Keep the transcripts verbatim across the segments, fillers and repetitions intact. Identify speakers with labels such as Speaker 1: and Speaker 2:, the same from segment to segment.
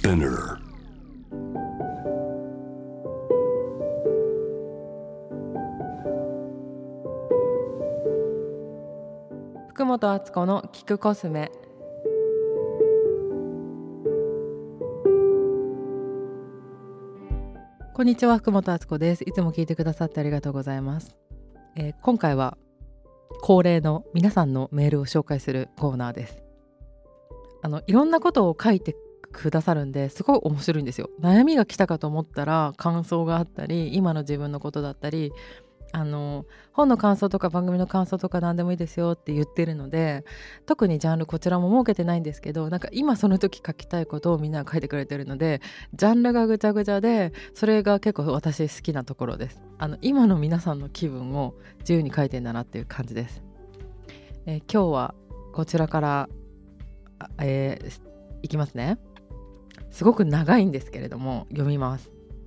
Speaker 1: Spinner。
Speaker 2: 福本敦子の聞くコスメ。こんにちは、福本敦子です。いつも聞いてくださってありがとうございます。えー、今回は恒例の皆さんのメールを紹介するコーナーです。あのいろんなことを書いてくださるんですごい面白いんですよ。悩みが来たかと思ったら感想があったり、今の自分のことだったり、あの本の感想とか番組の感想とか何でもいいですよって言ってるので、特にジャンルこちらも設けてないんですけど、なんか今その時書きたいことをみんなが書いてくれてるので、ジャンルがぐちゃぐちゃで、それが結構私好きなところです。あの今の皆さんの気分を自由に書いてんだなっていう感じです。えー、今日はこちらから、えー、いきますね。すごく長いんですけれども読みます。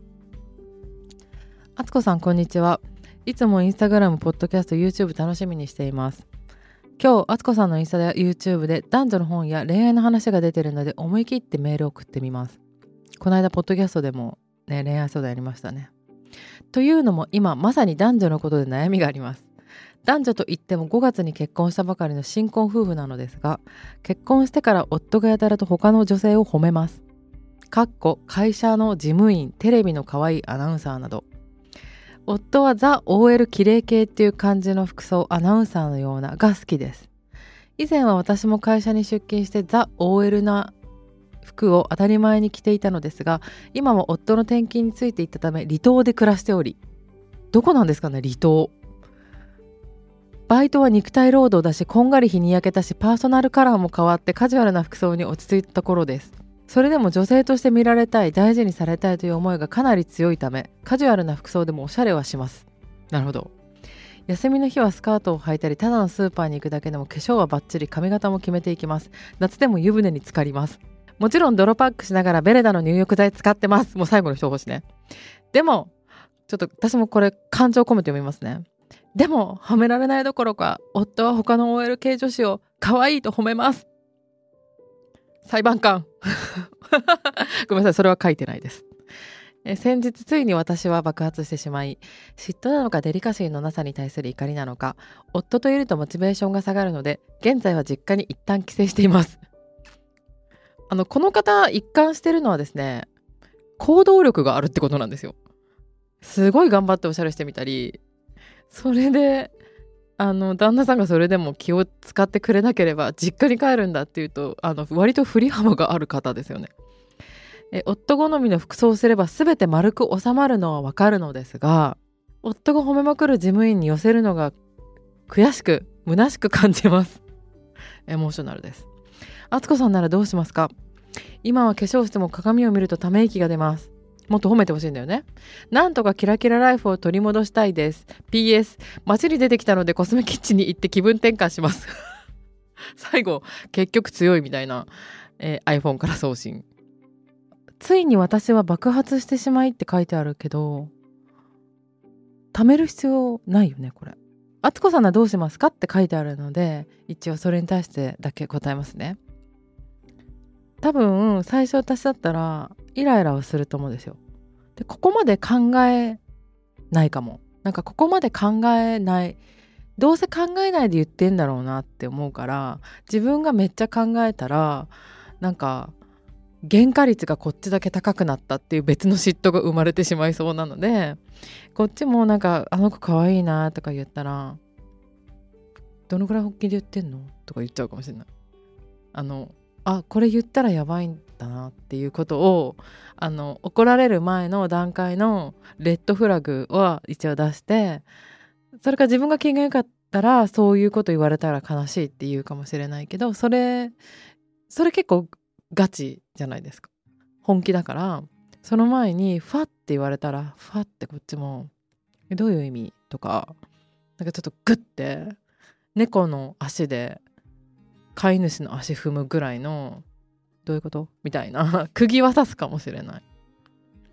Speaker 2: あつこさん、こんにちは。いつもインスタグラム、ポッドキャスト、YouTube 楽しみにしています。今日、あつこさんのインスタや YouTube で男女の本や恋愛の話が出てるので、思い切ってメールを送ってみます。この間、ポッドキャストでも、ね、恋愛相談やりましたね。というのも、今、まさに男女のことで悩みがあります。男女といってもごがつに結婚したばかりの新婚夫婦なのですが、結婚してから夫がやたらと他の女性を褒めます。かっこ会社の事務員、テレビの可愛いアナウンサーなど。夫はザ・ オーエル 綺麗系っていう感じの服装、アナウンサーのようなが好きです。以前は私も会社に出勤してザ・ オーエル な服を当たり前に着ていたのですが、今は夫の転勤についていったため離島で暮らしており、どこなんですかね、離島。バイトは肉体労働だし、こんがり日に焼けたし、パーソナルカラーも変わってカジュアルな服装に落ち着いたところです。それでも女性として見られたい、大事にされたいという思いがかなり強いため、カジュアルな服装でもおしゃれはします。なるほど。休みの日はスカートを履いたり、ただのスーパーに行くだけでも化粧はバッチリ、髪型も決めていきます。夏でも湯船に浸かります。もちろん泥パックしながらベレダの入浴剤使ってます。もう最後の一星ね。でもちょっと私もこれ感情込めて読みますね。でも褒められないどころか、夫は他の オーエル 系女子を可愛いと褒めます。裁判官ごめんなさい、それは書いてないです。え先日ついに私は爆発してしまい、嫉妬なのかデリカシーのなさに対する怒りなのか、夫といるとモチベーションが下がるので、現在は実家に一旦帰省しています。あのこの方一貫してるのはですね、行動力があるってことなんですよ。すごい頑張っておしゃれしてみたり、それであの旦那さんがそれでも気を使ってくれなければ実家に帰るんだっていうと、あの割と振り幅がある方ですよね。え夫好みの服装をすれば全て丸く収まるのはわかるのですが、夫が褒めまくる事務員に寄せるのが悔しく虚しく感じます。エモーショナルです。あつこさんならどうしますか？今は化粧しても鏡を見るとため息が出ます。もっと褒めてほしいんだよね。なんとかキラキラライフを取り戻したいです。 ピーエス 街に出てきたのでコスメキッチンに行って気分転換します最後結局強いみたいな、えー、iPhone から送信。ついに私は爆発してしまいって書いてあるけど、貯める必要ないよねこれ。あつこさんはどうしますかって書いてあるので、一応それに対してだけ答えますね。多分最初私だったらイライラをすると思うんですよ。でここまで考えないかも。なんかここまで考えない、どうせ考えないで言ってんだろうなって思うから、自分がめっちゃ考えたらなんか原価率がこっちだけ高くなったっていう別の嫉妬が生まれてしまいそうなので、こっちもなんかあの子可愛いなとか言ったら、どのくらい本気で言ってんのとか言っちゃうかもしれない。あのあこれ言ったらやばいんだなっていうことを、あの怒られる前の段階のレッドフラグは一応出して、それから自分が機嫌良かったらそういうこと言われたら悲しいって言うかもしれないけど、それそれ結構ガチじゃないですか。本気だから、その前にファって言われたらファってこっちもどういう意味とか、なんかちょっとグッて猫の足で飼い主の足踏むぐらいのどういうことみたいな釘は刺すかもしれない。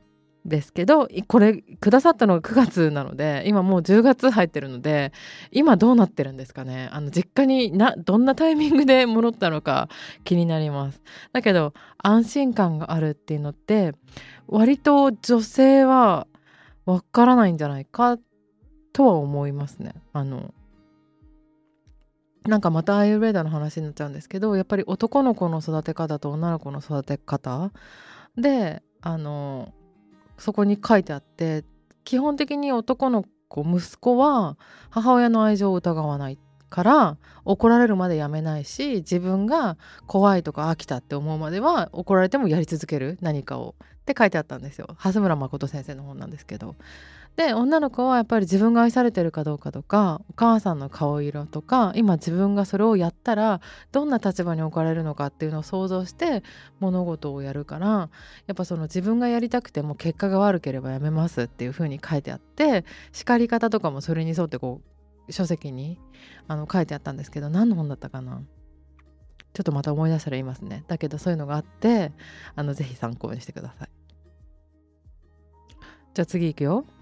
Speaker 2: ですけど、これくださったのがくがつなので、今もうじゅうがつ入ってるので、今どうなってるんですかね。あの実家になどんなタイミングで戻ったのか気になります。だけど安心感があるっていうのって割と女性はわからないんじゃないかとは思いますね。あのなんかまたアーユルヴェーダの話になっちゃうんですけど、やっぱり男の子の育て方と女の子の育て方で、あのそこに書いてあって、基本的に男の子息子は母親の愛情を疑わないから怒られるまでやめないし、自分が怖いとか飽きたって思うまでは怒られてもやり続ける何かをって書いてあったんですよ。蓮村誠先生の本なんですけど。で女の子はやっぱり自分が愛されてるかどうかとか、お母さんの顔色とか、今自分がそれをやったらどんな立場に置かれるのかっていうのを想像して物事をやるから、やっぱその自分がやりたくても結果が悪ければやめますっていう風に書いてあって、叱り方とかもそれに沿ってこう書籍にあの書いてあったんですけど、何の本だったかな、ちょっとまた思い出したら言いますね。だけどそういうのがあって、あのぜひ参考にしてください。じゃあ次行くよ。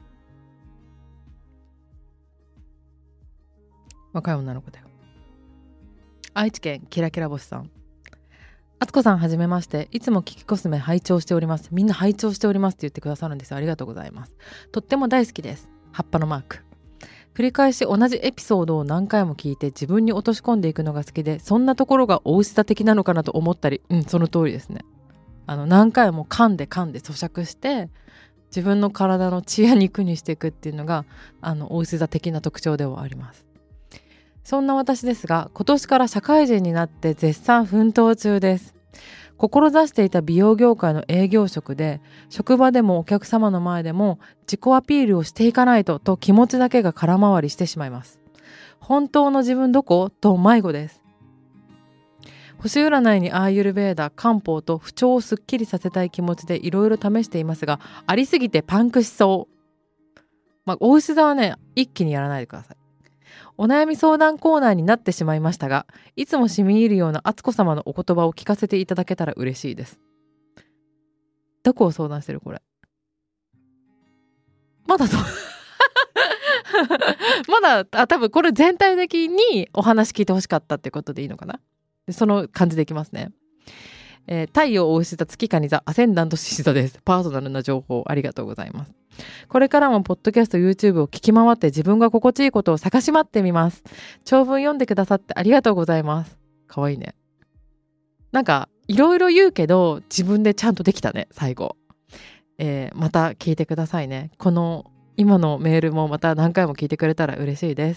Speaker 2: 若い女の子だよ。愛知県キラキラ星さん。あつこさんはじめまして。いつもキキコスメ拝聴しております。みんな拝聴しておりますって言ってくださるんですよ。ありがとうございます。とっても大好きです。葉っぱのマーク。繰り返し同じエピソードを何回も聞いて自分に落とし込んでいくのが好きで、そんなところがお牛座的なのかなと思ったり、うん、その通りですね。あの何回も噛んで噛んで咀嚼して自分の体の血や肉にしていくっていうのがあのお牛座的な特徴ではあります。そんな私ですが、今年から社会人になって絶賛奮闘中です。志していた美容業界の営業職で、職場でもお客様の前でも自己アピールをしていかないとと気持ちだけが空回りしてしまいます。本当の自分どこと迷子です。星占いにアーユルヴェーダ、漢方と不調をすっきりさせたい気持ちでいろいろ試していますが、ありすぎてパンクしそう。まあ、お牛座はね、一気にやらないでください。お悩み相談コーナーになってしまいましたが、いつも染み入るような敦子様のお言葉を聞かせていただけたら嬉しいです。どこを相談してるこれ。まだそうまだあ多分これ全体的にお話聞いてほしかったってことでいいのかな。でその感じでいきますね。えー、太陽を牛座、月蟹座、アセンダント獅子座です。パーソナルな情報ありがとうございます。これからもポッドキャスト YouTube を聞き回って自分が心地いいことを探し回ってみます。長文読んでくださってありがとうございます。かわいいね。なんかいろいろ言うけど自分でちゃんとできたね最後、えー、また聞いてくださいね。この今のメールもまた何回も聞いてくれたら嬉しいです。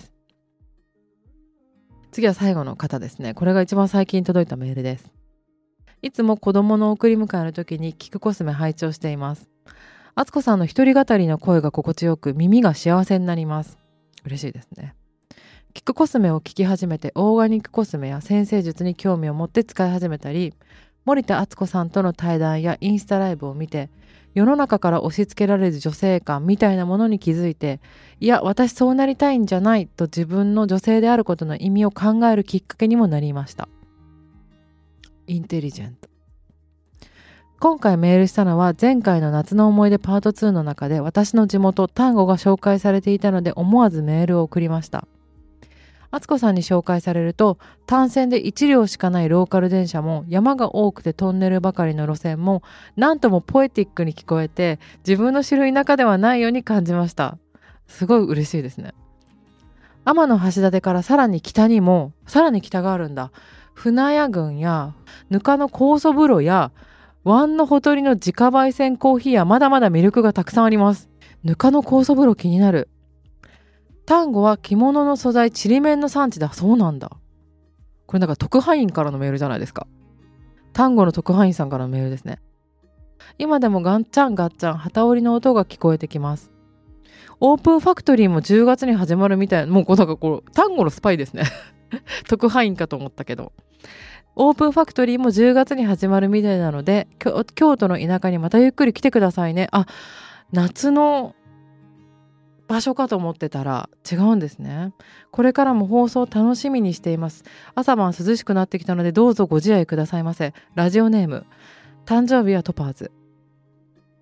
Speaker 2: 次は最後の方ですね。これが一番最近届いたメールです。いつも子供の送り迎えの時にキクコスメ拝聴しています。あつこさんの一人語りの声が心地よく耳が幸せになります。嬉しいですね。キクコスメを聞き始めてオーガニックコスメや先生術に興味を持って使い始めたり、森田敦子さんとの対談やインスタライブを見て世の中から押し付けられる女性感みたいなものに気づいて、いや私そうなりたいんじゃないと自分の女性であることの意味を考えるきっかけにもなりました。インテリジェント。今回メールしたのは前回の夏の思い出パートツーの中で私の地元丹後が紹介されていたので思わずメールを送りました。あつこさんに紹介されると単線でいち両しかないローカル電車も山が多くてトンネルばかりの路線もなんともポエティックに聞こえて自分の知る田舎ではないように感じました。すごい嬉しいですね。天橋立からさらに北にもさらに北があるんだ。船屋郡やぬかの酵素風呂や湾のほとりの自家焙煎コーヒーやまだまだ魅力がたくさんあります。ぬかの酵素風呂気になる。丹後は着物の素材ちりめんの産地だそうなんだ。これなんか特派員からのメールじゃないですか。丹後の特派員さんからのメールですね。今でもガンチャンガッチャン旗織りの音が聞こえてきます。オープンファクトリーもじゅうがつに始まるみたいな、もうなんかこう丹後のスパイですね特派員かと思ったけど、オープンファクトリーもじゅうがつに始まるみたいなので京都の田舎にまたゆっくり来てくださいね。あ、夏の場所かと思ってたら違うんですね。これからも放送楽しみにしています。朝晩涼しくなってきたのでどうぞご自愛くださいませ。ラジオネーム、誕生日はトパーズ。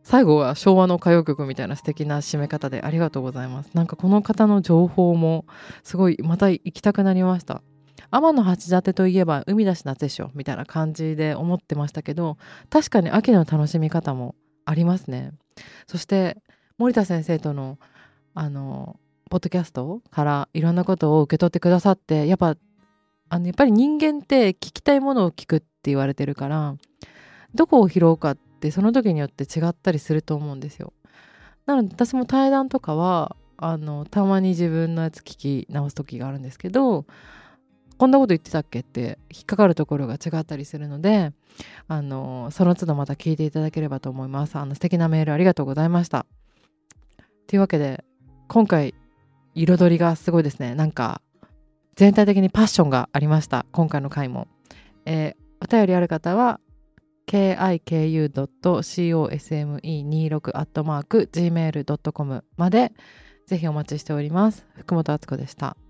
Speaker 2: 最後は昭和の歌謡曲みたいな素敵な締め方でありがとうございます。なんかこの方の情報もすごいまた行きたくなりました。天橋立といえば海だし夏でしょみたいな感じで思ってましたけど、確かに秋の楽しみ方もありますね。そして森田先生とのあのポッドキャストからいろんなことを受け取ってくださって、やっぱあのやっぱり人間って聞きたいものを聞くって言われてるから、どこを拾うかってその時によって違ったりすると思うんですよ。なので私も対談とかはあのたまに自分のやつ聞き直す時があるんですけど、こんなこと言ってたっけって引っかかるところが違ったりするので、あのその都度また聞いていただければと思います。あの素敵なメールありがとうございました。というわけで今回彩りがすごいですね。なんか全体的にパッションがありました。今回の回も、えー、お便りある方は ケーアイケーユードットコスメにじゅうろく アットマーク ジーメール ドットコム までぜひお待ちしております。福本敦子でした。